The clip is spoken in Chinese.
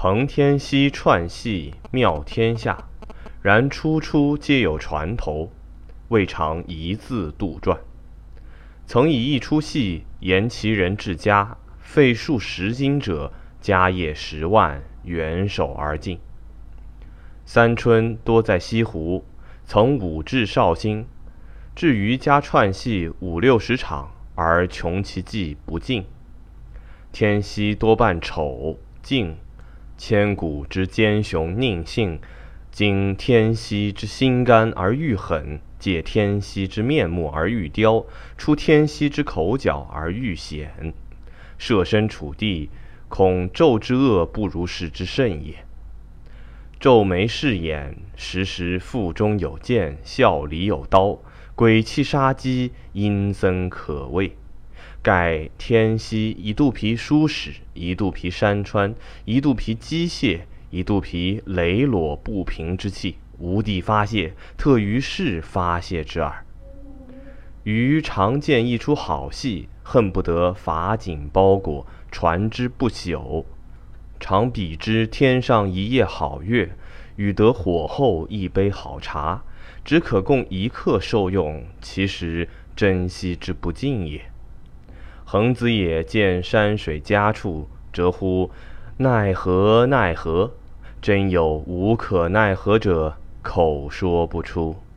彭天熙串戏妙天下，然出出皆有船头，未尝一字杜撰。曾以一出戏言其人至家，费数十金者，家业10万，远手而进。三春多在西湖，曾武至绍兴，至于家串戏50、60场，而穷其技不尽。天熙多扮丑净，千古之奸雄佞幸，经天熙之心肝而愈狠，借天熙之面目而愈刁，出天熙之口角而愈险。设身处地，恐纣之恶不如是之甚也。纣眉饰眼，时时腹中有剑，笑里有刀，鬼气杀机，阴森可畏。盖天熙一肚皮书史，一肚皮山川，一肚皮机械，一肚皮磊裸不平之气，无地发泄，特于是发泄之耳。余常见一出好戏，恨不得法锦包裹，传之不朽。常比之天上一夜好月，与得火候一杯好茶，只可供一刻受用，其实珍惜之不尽也。恒子也见山水佳处，折乎奈何奈何，真有无可奈何者，口说不出。